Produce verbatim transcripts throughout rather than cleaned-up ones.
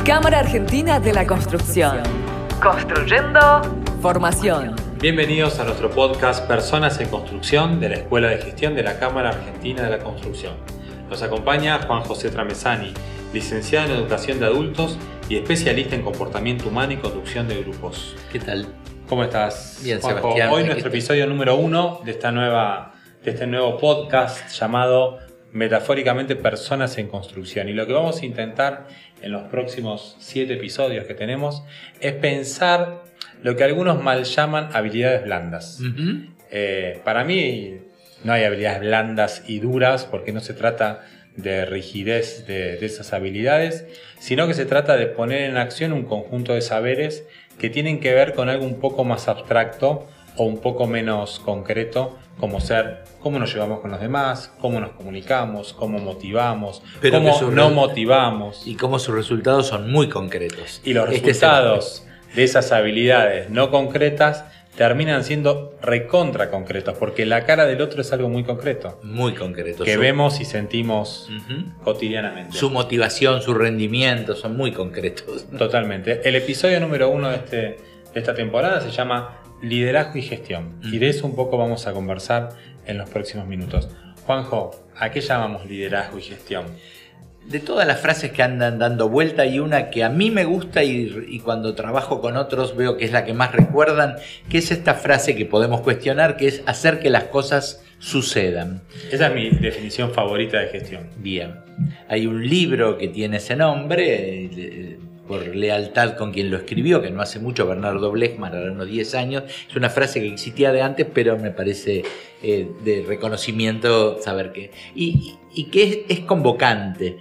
Cámara Argentina de la Construcción. Construyendo formación. Bienvenidos a nuestro podcast Personas en Construcción de la Escuela de Gestión de la Cámara Argentina de la Construcción. Nos acompaña Juan José Tramezzani, licenciado en Educación de Adultos y especialista en comportamiento humano y conducción de grupos. ¿Qué tal? ¿Cómo estás, Bien, Juanjo? Sebastián. Hoy nuestro episodio número uno de, esta nueva, de este nuevo podcast llamado Metafóricamente Personas en Construcción. Y lo que vamos a intentar en los próximos siete episodios que tenemos es pensar lo que algunos mal llaman habilidades blandas. Uh-huh. Eh, para mí no hay habilidades blandas y duras porque no se trata de rigidez de, de esas habilidades, sino que se trata de poner en acción un conjunto de saberes que tienen que ver con algo un poco más abstracto o un poco menos concreto, como ser cómo nos llevamos con los demás, cómo nos comunicamos, cómo motivamos, Pero cómo no motivamos. Y cómo sus resultados son muy concretos. Y los este resultados de esas habilidades no concretas terminan siendo recontra concretos, porque la cara del otro es algo muy concreto. Muy concreto. Que su... vemos y sentimos uh-huh. cotidianamente. Su motivación, su rendimiento son muy concretos. Totalmente. El episodio número uno de, este, de esta temporada se llama Liderazgo y Gestión. Uh-huh. Y de eso un poco vamos a conversar en los próximos minutos. Juanjo, ¿a qué llamamos liderazgo y gestión? De todas las frases que andan dando vuelta, hay una que a mí me gusta y, y cuando trabajo con otros veo que es la que más recuerdan, que es esta frase que podemos cuestionar, que es hacer que las cosas sucedan. Esa es mi definición favorita de gestión. Bien. Hay un libro que tiene ese nombre, eh, por lealtad con quien lo escribió, que no hace mucho, Bernardo Blechman, ahora unos diez años. Es una frase que existía de antes, pero me parece eh, de reconocimiento saber que... Y, y, y que es, es convocante,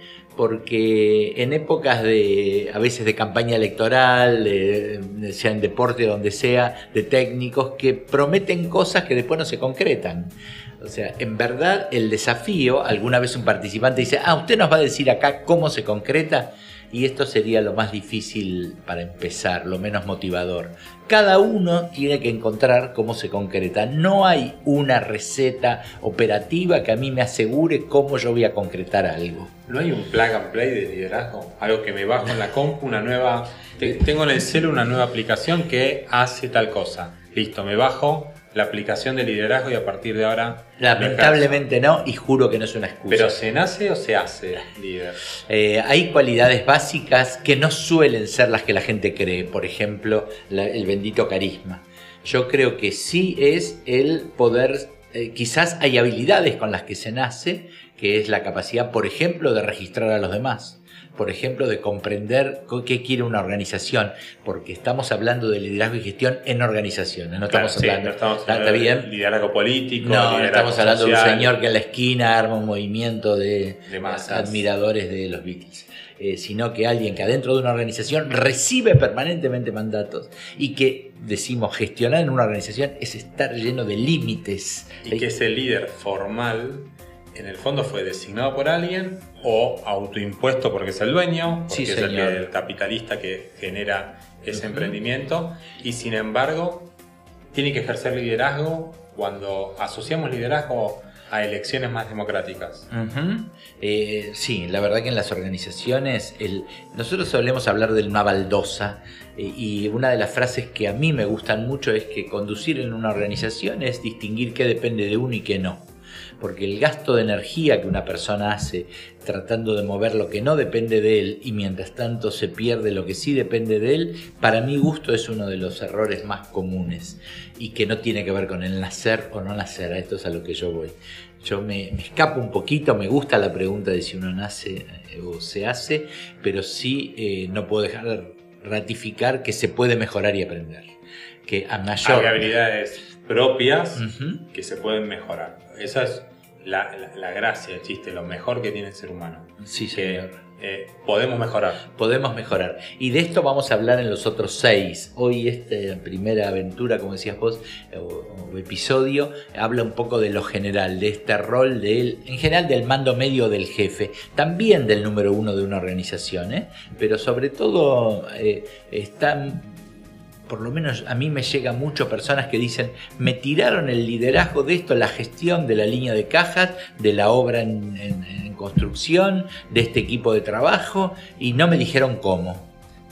porque en épocas de, a veces de campaña electoral, de, sea en deporte, donde sea, de técnicos que prometen cosas que después no se concretan. O sea, en verdad el desafío, alguna vez un participante dice, ah, usted nos va a decir acá cómo se concreta, y esto sería lo más difícil para empezar, lo menos motivador. Cada uno tiene que encontrar cómo se concreta. No hay una receta operativa que a mí me asegure cómo yo voy a concretar algo. ¿No hay un plug and play de liderazgo? Algo que me bajo en la compu, una nueva... Tengo en el celu una nueva aplicación que hace tal cosa. Listo, me bajo la aplicación de liderazgo y a partir de ahora... Lamentablemente no, y juro que no es una excusa. ¿Pero se nace o se hace líder? Eh, hay cualidades básicas que no suelen ser las que la gente cree. Por ejemplo, la, el bendito carisma. Yo creo que sí es el poder... Eh, quizás hay habilidades con las que se nace, que es la capacidad, por ejemplo, de registrar a los demás. Por ejemplo, de comprender qué quiere una organización, porque estamos hablando de liderazgo y gestión en organizaciones, no claro, estamos hablando, sí, no estamos ¿está, hablando ¿está bien? De liderazgo político, no, liderazgo no estamos hablando social, de un señor que en la esquina arma un movimiento de, de admiradores de los Beatles, eh, sino que alguien que adentro de una organización recibe permanentemente mandatos y que decimos gestionar en una organización es estar lleno de límites. Y que ese líder formal en el fondo fue designado por alguien o autoimpuesto porque es el dueño, porque sí, es el, el capitalista que genera ese uh-huh. emprendimiento, y sin embargo tiene que ejercer liderazgo cuando asociamos liderazgo a elecciones más democráticas. Uh-huh. Eh, sí, la verdad que en las organizaciones el, nosotros solemos hablar de una baldosa eh, y una de las frases que a mí me gustan mucho es que conducir en una organización es distinguir qué depende de uno y qué no. Porque el gasto de energía que una persona hace tratando de mover lo que no depende de él y mientras tanto se pierde lo que sí depende de él, para mi gusto es uno de los errores más comunes y que no tiene que ver con el nacer o no nacer. A esto es a lo que yo voy. Yo me, me escapo un poquito, me gusta la pregunta de si uno nace eh, o se hace, pero sí eh, no puedo dejar de ratificar que se puede mejorar y aprender. Que a mayor... Hay habilidades propias uh-huh. que se pueden mejorar. Esa es la, la, la gracia, el chiste, lo mejor que tiene el ser humano. Sí, señor. Que eh, podemos mejorar. Podemos mejorar. Y de esto vamos a hablar en los otros seis. Hoy esta primera aventura, como decías vos, o, o episodio, habla un poco de lo general, de este rol de él, en general del mando medio del jefe, también del número uno de una organización, ¿eh? Pero sobre todo eh, están... Por lo menos a mí me llegan mucho personas que dicen, me tiraron el liderazgo de esto, la gestión de la línea de cajas, de la obra en, en, en construcción, de este equipo de trabajo, y no me dijeron cómo.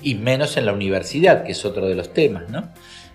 Y menos en la universidad, que es otro de los temas, ¿no?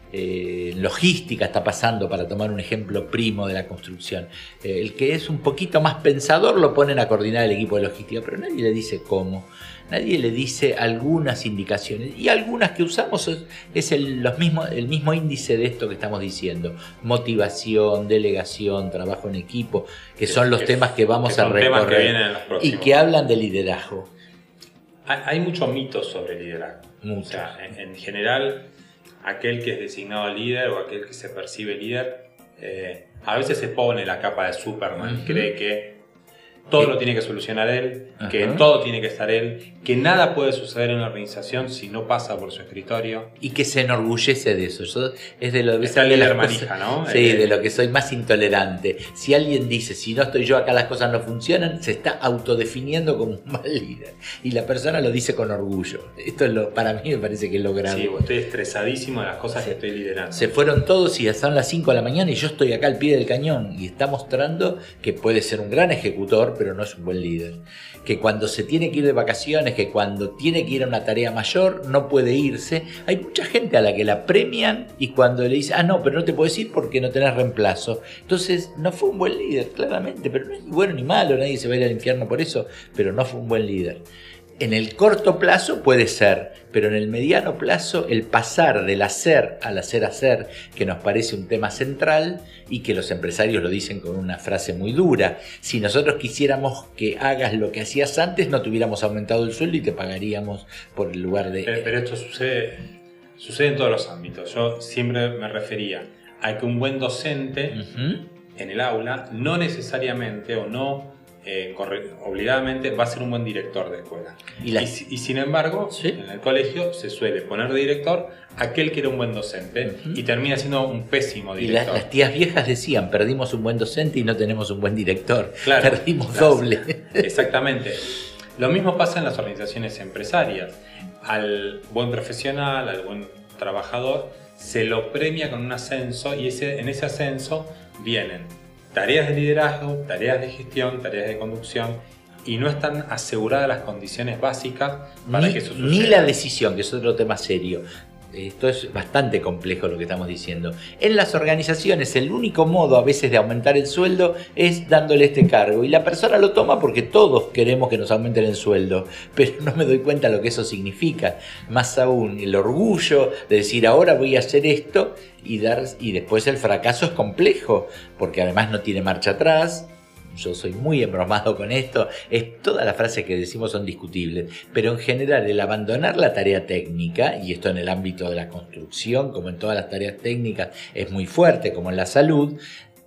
Eh, logística está pasando, para tomar un ejemplo primo de la construcción. Eh, el que es un poquito más pensador lo ponen a coordinar el equipo de logística, pero nadie le dice cómo. Nadie le dice algunas indicaciones, y algunas que usamos es, es el, los mismos, el mismo índice de esto que estamos diciendo: motivación, delegación, trabajo en equipo, que, que son los que, temas que vamos que a recorrer que vienen en los próximos. Y que hablan de liderazgo. Hay, hay muchos mitos sobre liderazgo. Mucho. O sea, en, en general, aquel que es designado líder o aquel que se percibe líder, eh, a veces se pone la capa de Superman, uh-huh. y cree que todo lo tiene que solucionar él, uh-huh. que en todo tiene que estar él, que nada puede suceder en la organización si no pasa por su escritorio. Y que se enorgullece de eso. Yo es de lo, Está de las manija, cosas, ¿no? Sí, el, de lo que soy más intolerante. Si alguien dice, si no estoy yo acá las cosas no funcionan, se está autodefiniendo como un mal líder. Y la persona lo dice con orgullo. Esto es lo, para mí me parece que es lo grave. Sí, estoy estresadísimo de las cosas sí. que estoy liderando. Se fueron todos y son las cinco de la mañana y yo estoy acá al pie del cañón. Y está mostrando que puede ser un gran ejecutor, pero no es un buen líder. Que cuando se tiene que ir de vacaciones, que cuando tiene que ir a una tarea mayor, no puede irse. Hay mucha gente a la que la premian y cuando le dice, ah, no, pero no te puedes ir porque no tenés reemplazo. Entonces, no fue un buen líder, claramente, pero no es ni bueno ni malo, nadie se va a ir al infierno por eso, pero no fue un buen líder. En el corto plazo puede ser, pero en el mediano plazo el pasar del hacer al hacer hacer, que nos parece un tema central y que los empresarios lo dicen con una frase muy dura. Si nosotros quisiéramos que hagas lo que hacías antes, no te hubiéramos aumentado el sueldo y te pagaríamos por el lugar de... Pero, pero esto sucede, sucede en todos los ámbitos. Yo siempre me refería a que un buen docente uh-huh. en el aula no necesariamente o no... Eh, corre, obligadamente va a ser un buen director de escuela. Y, la... y, y sin embargo, ¿sí? en el colegio se suele poner de director aquel que era un buen docente uh-huh. y termina siendo un pésimo director. Y la, las tías viejas decían, perdimos un buen docente y no tenemos un buen director. Claro, perdimos claro, doble. Exactamente. Lo mismo pasa en las organizaciones empresarias. Al buen profesional, al buen trabajador, se lo premia con un ascenso y ese, en ese ascenso vienen tareas de liderazgo, tareas de gestión, tareas de conducción, y no están aseguradas las condiciones básicas para ni, que eso suceda. Ni la decisión, que es otro tema serio. Esto es bastante complejo lo que estamos diciendo. En las organizaciones el único modo a veces de aumentar el sueldo es dándole este cargo. Y la persona lo toma porque todos queremos que nos aumenten el sueldo. Pero no me doy cuenta lo que eso significa. Más aún el orgullo de decir ahora voy a hacer esto y, dar, y después el fracaso es complejo. Porque además no tiene marcha atrás. Yo soy muy embromado con esto, es, todas las frases que decimos son discutibles, pero en general el abandonar la tarea técnica, y esto en el ámbito de la construcción, como en todas las tareas técnicas, es muy fuerte, como en la salud,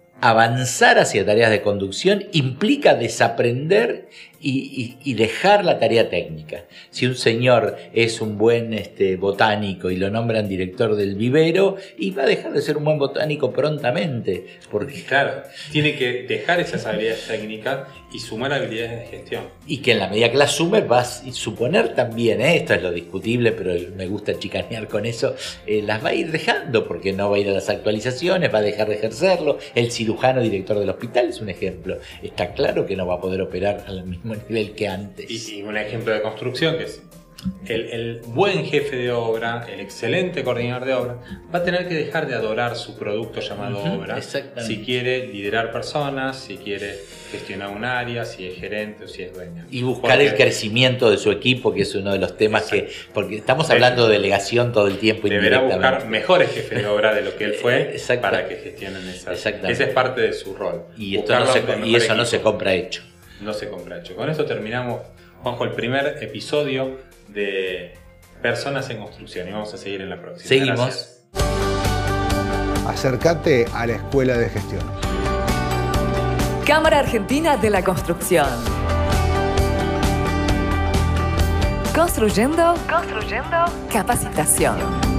avanzar hacia tareas de conducción implica desaprender y, y, y dejar la tarea técnica. Si un señor es un buen este, botánico y lo nombran director del vivero, y va a dejar de ser un buen botánico prontamente. Porque claro, tiene que dejar esas habilidades técnicas y sumar habilidades de gestión. Y que en la medida que las sume va a suponer también, ¿eh? Esto es lo discutible, pero me gusta chicanear con eso, eh, las va a ir dejando porque no va a ir a las actualizaciones, va a dejar de ejercerlo. El cirujano director del hospital es un ejemplo. Está claro que no va a poder operar al mismo nivel que antes. Y, y un ejemplo de construcción que es el, el buen jefe de obra, el excelente coordinador de obra, va a tener que dejar de adorar su producto llamado uh-huh, obra si quiere liderar personas, si quiere gestionar un área, si es gerente o si es dueño. Y buscar porque, el crecimiento de su equipo, que es uno de los temas exacto. que... Porque estamos hablando de delegación todo el tiempo. Deberá buscar mejores jefes de obra de lo que él fue para que gestionen esas. Esa es parte de su rol. Y, esto no se, y eso equipo. no se compra hecho. No se compra hecho. Con esto terminamos, Juanjo, el primer episodio de Personas en Construcción y vamos a seguir en la próxima. Seguimos. Gracias. Acércate a la Escuela de Gestión. Cámara Argentina de la Construcción. Construyendo, construyendo capacitación.